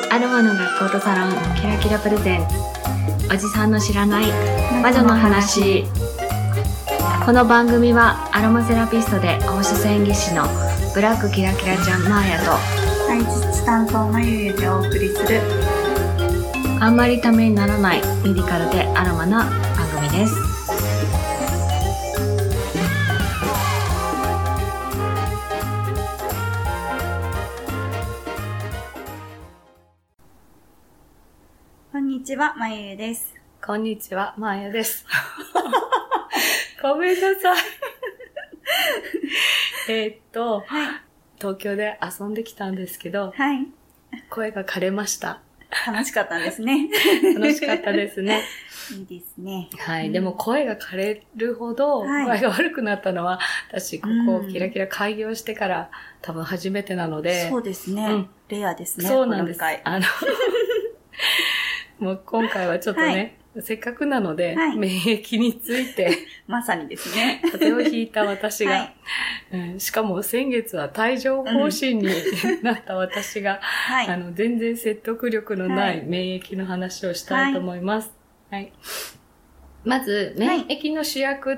あるもの学校とサロンキラキラプレゼンツおじさんの知らない魔女の話。この番組はアロマセラピストで放射線技師のブラックキラキラちゃんマーヤと体質担当のゆゆでお送りするあんまりためにならないメディカルでアロマな番組です。 こんにちは、まゆゆです。 こんにちは、マーヤです。ごめんなさい。はい、東京で遊んできたんですけど、 はい、 声が枯れました。 楽しかったんですね。 楽しかったですね。 いいですね。 はい、でも声が枯れるほど声が悪くなったのは、私ここキラキラ開業してから多分初めてなので。 そうですね。レアですね。 そうなんです。もう今回はちょっとね、せっかくなので、免疫についてまさにですね。 風邪をひいた私が、しかも先月は帯状疱疹になった私が、全然説得力のない免疫の話をしたいと思います。まず、免疫の主役って、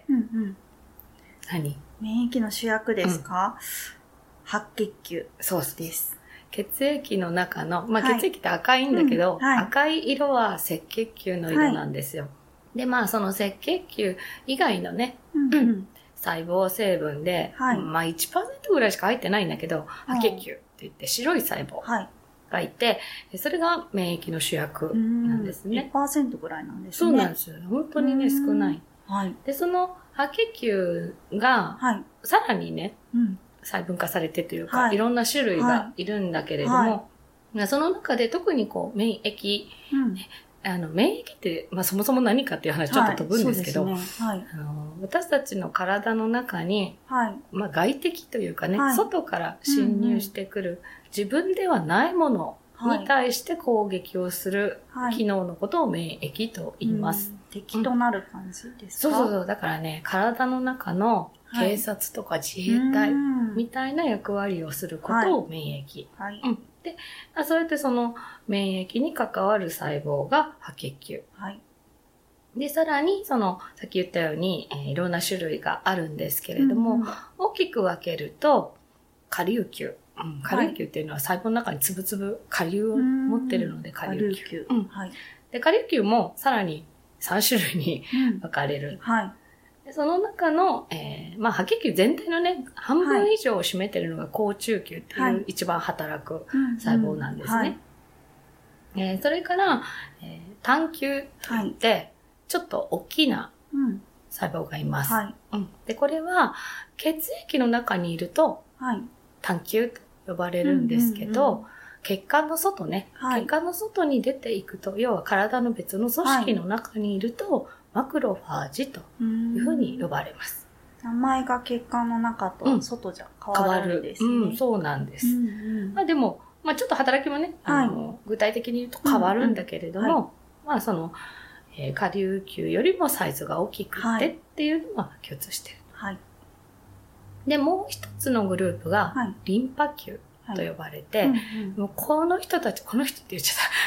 何？ 免疫の主役ですか？白血球。 そうです。血液の中の、血液って赤いんだけど、赤い色は赤血球の色なんですよ。で、その赤血球以外のね、細胞成分で、1% ぐらいしか入ってないんだけど、白血球って言って白い細胞がいて、それが免疫の主役なんですね。 1% ぐらいなんですね。 そうなんですよ。本当にね、少ない。で、その白血球が、さらにね、細分化されてというか、いろんな種類がいるんだけれども、その中で特に免疫、免疫って、そもそも何かっていう話ちょっと飛ぶんですけど、私たちの体の中に、外敵というかね、外から侵入してくる自分ではないものに対して攻撃をする機能のことを免疫と言います。 敵となる感じですか？ そう。だからね、体の中の警察とか自衛隊みたいな役割をすることを免疫。で、そうやってその免疫に関わる細胞が白血球。で、さらにさっき言ったように、いろんな種類があるんですけれども、大きく分けると、顆粒球。顆粒球っていうのは細胞の中につぶつぶ顆粒を持ってるので顆粒球。で、顆粒球もさらに3種類に分かれる。でその中の、白血球全体のね、半分以上を占めてるのが好中球っていう一番働く細胞なんですね。それから、単球って、ちょっと大きな細胞がいます。で、これは血液の中にいると、単球と呼ばれるんですけど、血管の外ね、血管の外に出ていくと、要は体の別の組織の中にいると、マクロファージというふうに呼ばれます。 名前が血管の中と外じゃ変わるんですね。 そうなんです。でも、ちょっと働きもね、具体的に言うと変わるんだけれども、顆粒球よりもサイズが大きくてっていうのは共通している。で、もう一つのグループがリンパ球と呼ばれて、もうこの人って言っちゃった。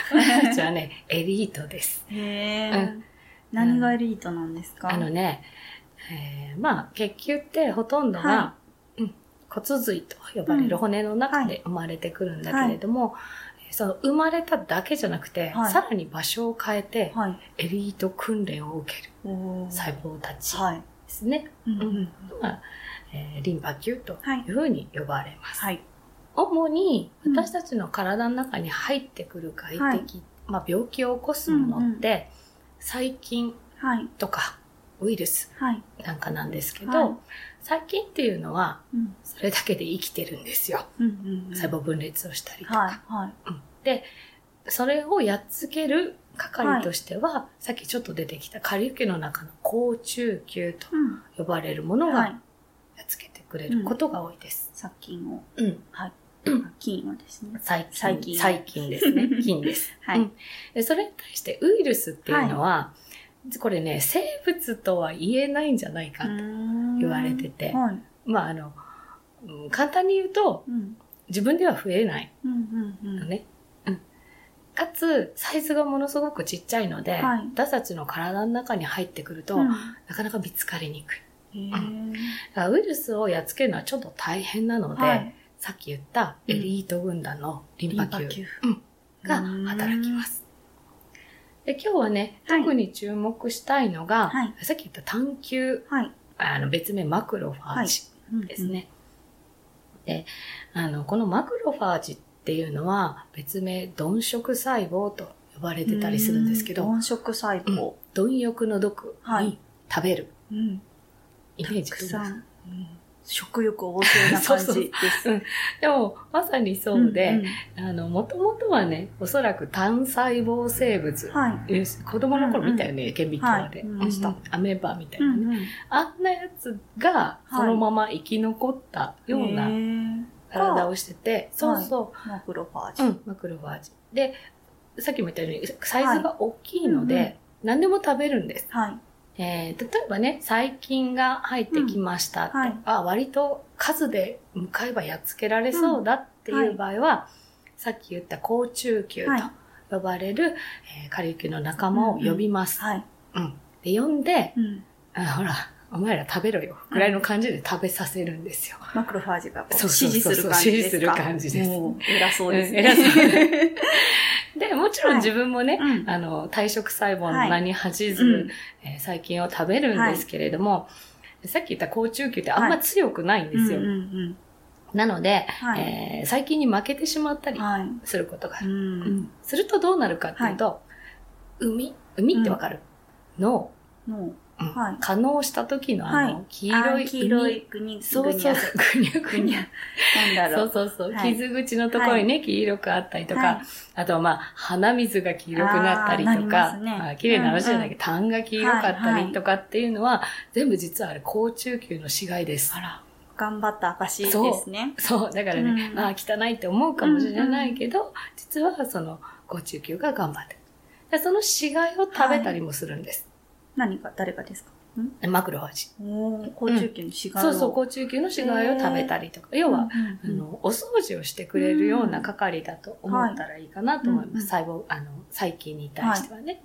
この人たちはね、エリートです。 何がエリートなんですか？ 血球ってほとんどが、骨髄と呼ばれる骨の中で生まれてくるんだけれども、その生まれただけじゃなくて、さらに場所を変えて、エリート訓練を受ける細胞たちですね。リンパ球というふうに呼ばれます。主に私たちの体の中に入ってくる外敵、病気を起こすものって、細菌とかウイルスなんかなんですけど、細菌っていうのはそれだけで生きてるんですよ。細胞分裂をしたりとか。で、それをやっつける係としては、さっきちょっと出てきた顆粒球の中の好中球と呼ばれるものがやっつけてくれることが多いです。 殺菌を。菌はですね。 細菌ですね。菌です。それに対してウイルスっていうのは、これね、生物とは言えないんじゃないかと言われてて、簡単に言うと、自分では増えないのね。 かつ、サイズがものすごくちっちゃいので、私たちの体の中に入ってくると、なかなか見つかりにくい。だからウイルスをやっつけるのはちょっと大変なので、さっき言ったエリート軍団のリンパ球が働きます。で、今日はね、特に注目したいのが、さっき言った単球、別名マクロファージですね。で、このマクロファージっていうのは別名鈍色細胞と呼ばれてたりするんですけど、 鈍色細胞、 貪欲の毒に食べる、イメージたくさん、食欲旺盛な感じです。 でもまさにそうで、もともとはね、おそらく単細胞生物、子供の頃見たよね、顕微鏡で、アメーバみたいなね、あんなやつがそのまま生き残ったような体をしてて、 マクロファージ。 マクロファージ。で、さっきも言ったようにサイズが大きいので、何でも食べるんです。例えばね、細菌が入ってきましたって、割と数で向かえばやっつけられそうだっていう場合は、さっき言った好中球と呼ばれる、下流球の仲間を呼びます。で、呼んで、ほら、お前ら食べろよ。ぐらいの感じで食べさせるんですよ。 マクロファージが指示する感じですか？ 指示する感じです。 偉そうですね。 偉そうで、もちろん自分もね、体色細胞の名に恥じず、細菌を食べるんですけれども、さっき言った好中球ってあんま強くないんですよ。なので、細菌に負けてしまったりすることがある。するとどうなるかっていうと、海ってわかる？脳。可能した時の黄色いグニそう、ぐにゃ。なんだろう。そう。傷口のところにね、黄色くあったりとか、あと鼻水が黄色くなったりとか、綺麗な話じゃないけど、痰が黄色かったりとかっていうのは、全部実はあれ、好中球の死骸です。 頑張った証ですね。 そう。だからね、汚いって思うかもしれないけど、実はその好中球が頑張ってる。その死骸を食べたりもするんです。 誰がですか？ マクロファージ。 好中球の死骸を。 そう、好中球の死骸を食べたりとか。要は、お掃除をしてくれるような係だと思ったらいいかなと思います。細菌に対してはね。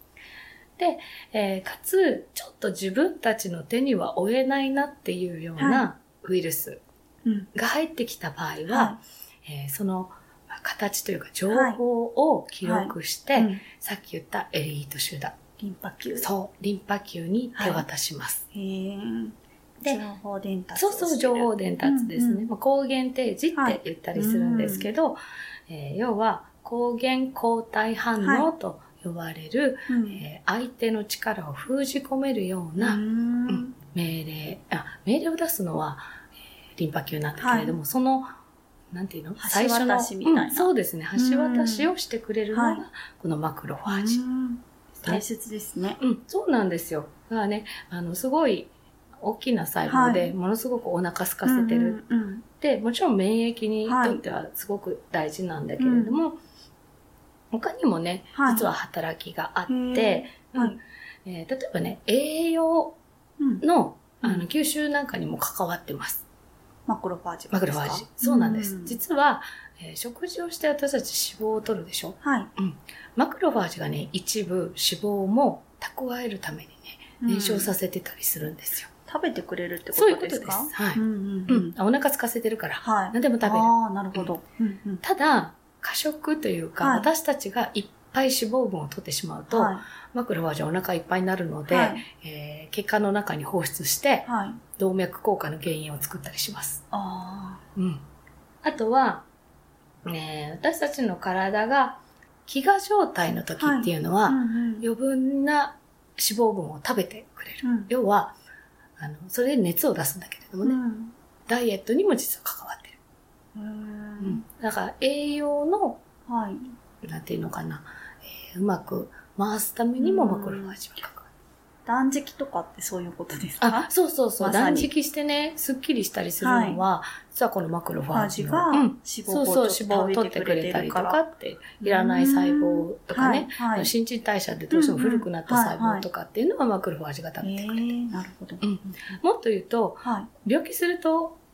で、かつ、ちょっと自分たちの手には負えないなっていうようなウイルスが入ってきた場合は、その形というか情報を記録して、さっき言ったエリート集団。 リンパ球。 そう、リンパ球に手渡します。 で、情報伝達。 そう、情報伝達ですね。抗原提示って言ったりするんですけど、要は抗原抗体反応と呼ばれる、相手の力を封じ込めるような、命令を出すのは、リンパ球なんだけれども、その、なんていうの？ 最初の。橋渡しみたいな。 そうですね。橋渡しをしてくれるのが、このマクロファージ。 大切ですね。 そうなんですよ。だからね、すごい大きな細胞で、ものすごくお腹空かせてる。で、もちろん免疫にとってはすごく大事なんだけれども、他にもね、実は働きがあって、例えばね、栄養の吸収なんかにも関わってます。 マクロファージ。 マクロファージ。そうなんです。実は、食事をして私たち脂肪を取るでしょ？マクロファージがね、一部脂肪も蓄えるためにね、燃焼させてたりするんですよ。 食べてくれるってことですか？ そういうことです。はい。お腹空かせてるから、何でも食べる。 なるほど。 ただ、過食というか、私たちがいっぱい脂肪分を取ってしまうと、マクロファージはお腹いっぱいになるので、血管の中に放出して、動脈硬化の原因を作ったりします。あとは、私たちの体が飢餓状態の時っていうのは、余分な脂肪分を食べてくれる。要は、それで熱を出すんだけれどもね、ダイエットにも実は関わってる。だから栄養の、なんていうのかな、うまく回すためにもマクロファージは関わる。 断食とかってそういうことですか？ そう。断食してね、すっきりしたりするのは、実はこのマクロファージが脂肪を取ってくれたりとかって、いらない細胞とかね、新陳代謝でどうしても古くなった細胞とかっていうのはマクロファージが食べてくれてる。 なるほど。 もっと言うと、病気すると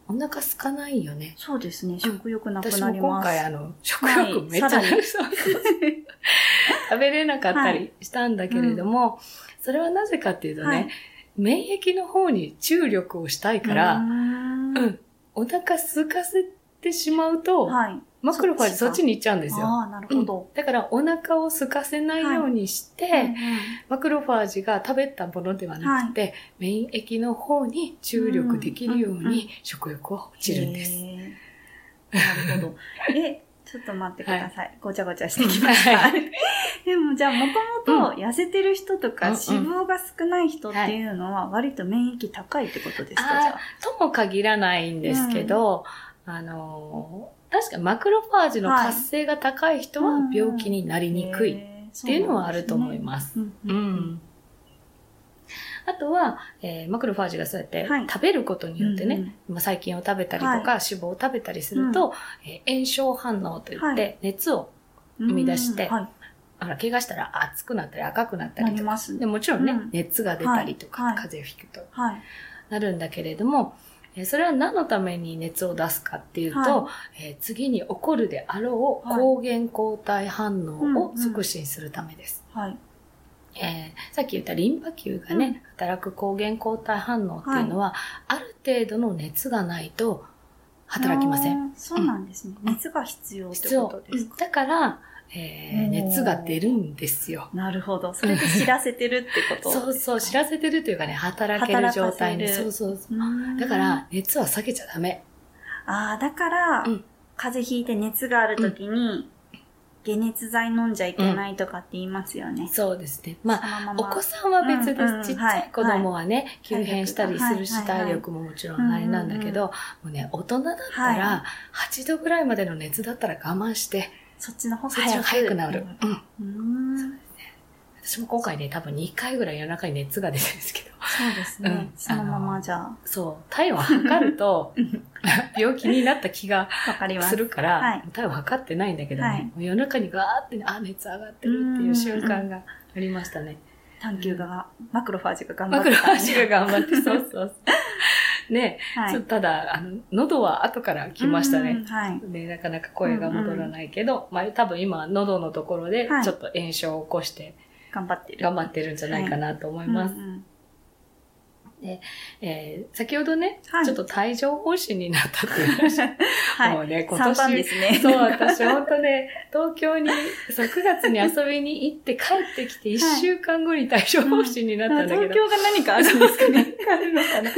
お腹空かないよね。 そうですね。食欲なくなります。 私も今回食欲めっちゃなる。食べれなかったりしたんだけれども、それはなぜかっていうとね、免疫の方に注力をしたいから、お腹空かせてしまうと、マクロファージそっちに行っちゃうんですよ。 なるほど。 だからお腹を空かせないようにして、マクロファージが食べたものではなくて、免疫の方に注力できるように食欲は落ちるんです。 なるほど。ちょっと待ってください。ごちゃごちゃしてきました。でもじゃあもともと痩せてる人とか脂肪が少ない人っていうのは割と免疫高いってことですか？じゃあ。 とも限らないんですけど、確かマクロファージの活性が高い人は病気になりにくいっていうのはあると思います。あとは、マクロファージがそうやって食べることによってね、細菌を食べたりとか脂肪を食べたりすると、炎症反応といって熱を生み出して、怪我したら熱くなったり赤くなったりとか、でもちろんね、熱が出たりとか、風邪をひくとなるんだけれども、それは何のために熱を出すかっていうと、次に起こるであろう抗原抗体反応を促進するためです。さっき言ったリンパ球がね、働く抗原抗体反応っていうのは、ある程度の熱がないと働きません。 そうなんですね。熱が必要ってことですか？ だから、熱が出るんですよ。 なるほど。それで知らせてるってことそうそう、知らせてるというかね、働ける状態に。そうそうそう。だから、熱は下げちゃダメ。 だから、風邪ひいて熱があるときに、解熱剤飲んじゃいけないとかって言いますよね。 そうですね。お子さんは別です。ちっちゃい子供はね、急変したりするし、体力ももちろんあれなんだけど、もうね、大人だったら、8度ぐらいまでの熱だったら我慢して、 そっちの方が早くなる。そうですね。私も今回ね、多分2回ぐらい夜中に熱が出てるんですけど。 そうですね。そのままじゃあ。 そう。体温測ると、病気になった気がするから、体温測ってないんだけどね、夜中にガーってね、熱上がってるっていう瞬間がありましたね。 短球が、マクロファージが頑張って。 マクロファージが頑張って、そうそう。ね、ただ、喉は後から来ましたね。で、なかなか声が戻らないけど、多分今、喉のところで、ちょっと炎症を起こして、頑張ってるんじゃないかなと思います。で、先ほどね、ちょっと帯状疱疹になったっていう話。もうね、今年、 ですね、 そう、私本当ね、東京に、9月に遊びに行って帰ってきて1週間後に帯状疱疹になったんだけど。 東京が何かあるんですかね。 あるのかな。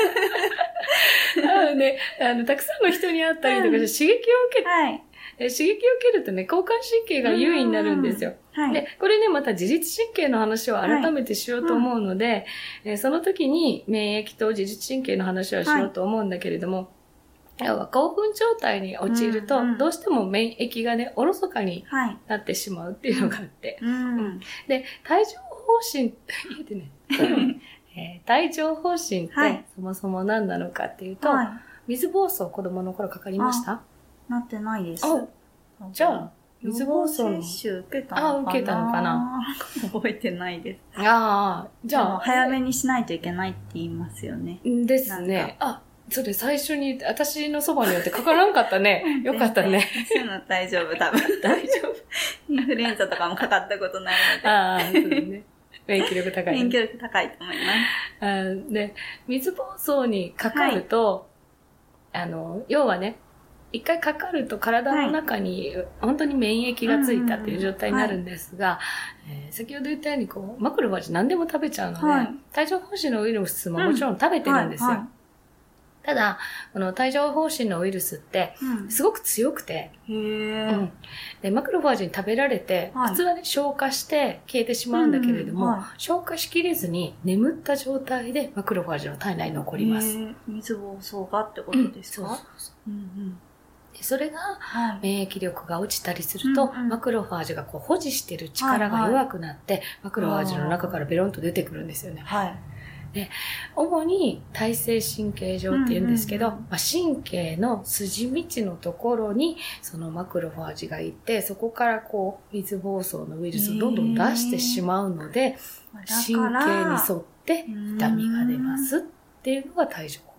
たくさんの人に会ったりとかして刺激を受けて、刺激を受けるとね、交感神経が優位になるんですよ。で、これね、また自律神経の話を改めてしようと思うので、その時に免疫と自律神経の話をしようと思うんだけれども、要は興奮状態に陥ると、どうしても免疫がね、おろそかになってしまうっていうのがあって、で、帯状疱疹って言ってね、帯状疱疹ってそもそも何なのかっていうと、水疱瘡子供の頃かかりました？ なってないです。 じゃあ、水疱瘡の。 接種受けたのかな？ 受けたのかな？ 覚えてないです。 じゃあ。 早めにしないといけないって言いますよね。 ですね。それ最初に、私のそばによってかからんかったね。よかったね。 そういうの大丈夫、多分。大丈夫。インフルエンザとかもかかったことないので。そうだね。免疫力高い。 免疫力高いと思います。で、水疱瘡にかかると、要はね、一回かかると体の中に本当に免疫がついたっていう状態になるんですが、先ほど言ったようにマクロファージ何でも食べちゃうので、帯状疱疹のウイルスももちろん食べてるんですよ。ただ、この帯状疱疹のウイルスって、すごく強くて、で、マクロファージに食べられて、普通はね、消化して消えてしまうんだけれども、消化しきれずに眠った状態でマクロファージの体内に残ります。 水疱瘡がってことですか？ それが、免疫力が落ちたりすると、マクロファージが保持してる力が弱くなって、マクロファージの中からベロンと出てくるんですよね。で、主に体性神経上って言うんですけど、神経の筋道のところにそのマクロファージがいて、そこから水疱瘡のウイルスをどんどん出してしまうので、神経に沿って痛みが出ますっていうのが帯状疱疹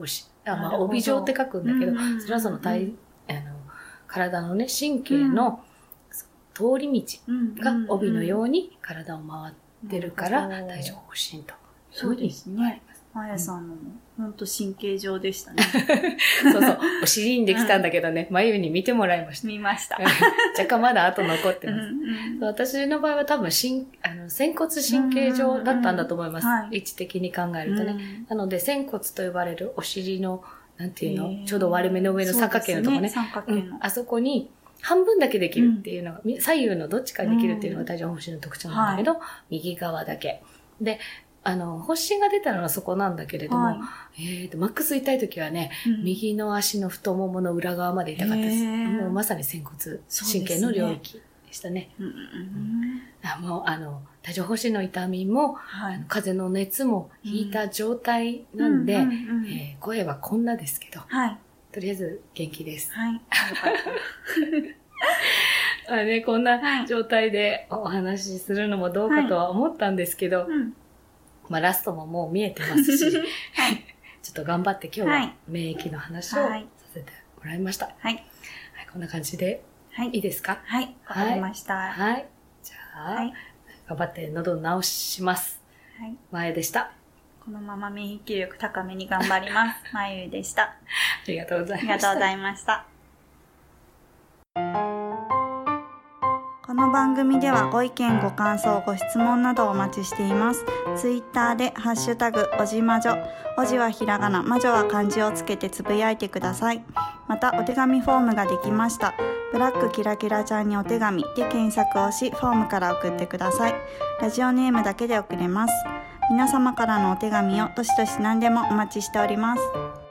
帯状って書くんだけど、それはその体のね、神経の通り道が帯のように体を回ってるから、帯状疱疹と。 そうですね。まやさんのも、ほんと神経状でしたね。 そうそう。お尻にできたんだけどね、眉に見てもらいました。 見ました。 若干まだ後残ってます。私の場合は多分仙骨神経状だったんだと思います。位置的に考えるとね。なので、仙骨と呼ばれるお尻の、なんていうの、ちょうど割れ目の上の三角形のとこね。あそこに半分だけできるっていうのが、左右のどっちかにできるっていうのが帯状疱疹の特徴なんだけど、右側だけ。で、発疹が出たのはそこなんだけれども、マックス痛い時はね、右の足の太ももの裏側まで痛かったです。もうまさに仙骨神経の領域でしたね。もう、帯状疱疹の痛みも、風邪の熱も引いた状態なんで、声はこんなですけど、とりあえず元気です。ね、こんな状態でお話しするのもどうかとは思ったんですけど、ラストももう見えてますし、ちょっと頑張って今日は免疫の話をさせてもらいました。こんな感じでいいですか？ はい、わかりました。 じゃあ、頑張って喉を治します。まゆでした。 このまま免疫力高めに頑張ります。まゆでした。 ありがとうございました。 ありがとうございました。この番組ではご意見ご感想ご質問などお待ちしています。ツイッターでハッシュタグおじまじょ、おじはひらがな、まじょは漢字をつけてつぶやいてください。またお手紙フォームができました。ブラックキラキラちゃんにお手紙で検索をし、フォームから送ってください。ラジオネームだけで送れます。皆様からのお手紙をどしどし何でもお待ちしております。